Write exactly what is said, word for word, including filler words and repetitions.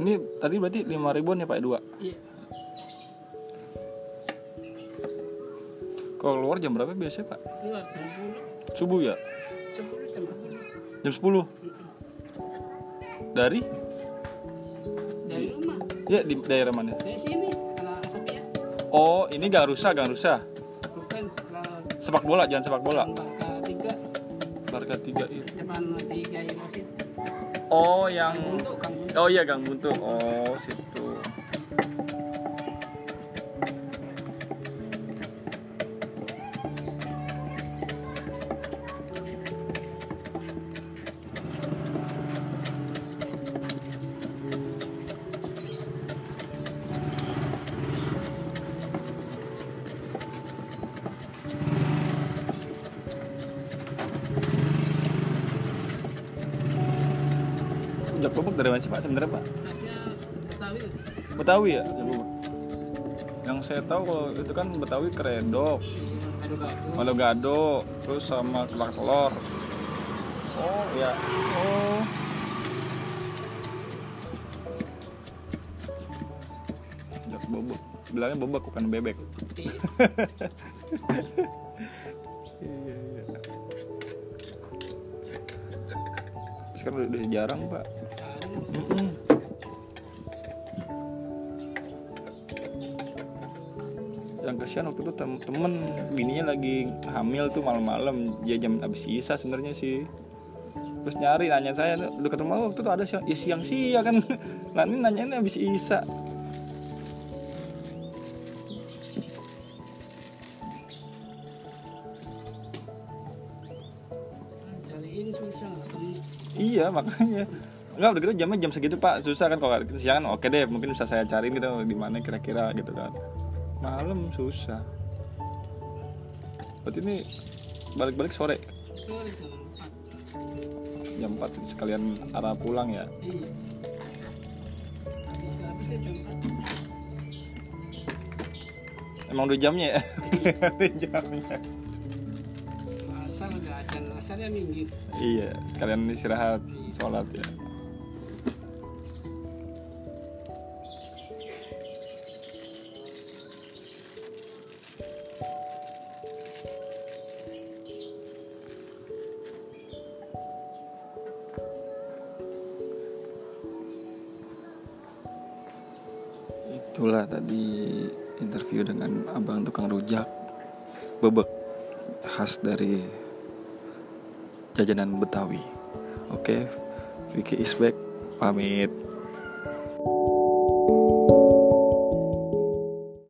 Ini tadi berarti lima ribuan ya Pak, dua? Iya. Kalau keluar jam berapa biasanya Pak? Keluar jam sepuluh. Subuh ya? Sepuluh jam sepuluh. Jam sepuluh? Dari? Dari rumah. Ya, di daerah mana? Dari sini, kalau Sapi ya. Oh, ini Gang Rusa, Gang Rusa. Bukan kalau Sepak bola, jangan sepak bola. Barca tiga. Barca tiga itu. Depan tiga Yosit. Oh, yang Untuk Kang Buntu. Oh iya, Gang Buntu. Oh, situ. Jak bubuk dari mana sih Pak sebenarnya Pak? Khasnya Betawi. Betawi ya? Jak bubuk. Yang saya tahu kalau itu kan Betawi keredok, Gado-gado. gado-gado, terus sama kerak telur. Oh ya. Oh. Jak bubuk. Bilangnya bobek bukan bebek. Iya. Iya iya. Sekarang udah, udah jarang Pak. Mm-mm. Yang kasihan waktu itu tem- temen bininya lagi hamil tuh malam-malam, dia jam habis isa sebenarnya sih. Terus nyari nanya saya, udah ketemu waktu itu ada siang, ya siang-siang kan. Nah ini nanyain habis isa. Cariin susah. Iya makanya. Enggak udah gitu jamnya jam segitu Pak, susah kan kalau siang kan oke deh, mungkin bisa saya cariin gitu di mana kira-kira gitu kan. Malam susah. Berarti ini balik-balik sore Sore jam empat. jam empat sekalian arah pulang ya. Iya. Habis ke habisnya jam empat. Emang udah jamnya ya? Udah jamnya. Asal udah ajan, asalnya minggir. Iya, sekalian istirahat, sholat ya. Itulah tadi interview dengan abang tukang rujak bebek khas dari jajanan Betawi. Oke, Vicky is back, pamit.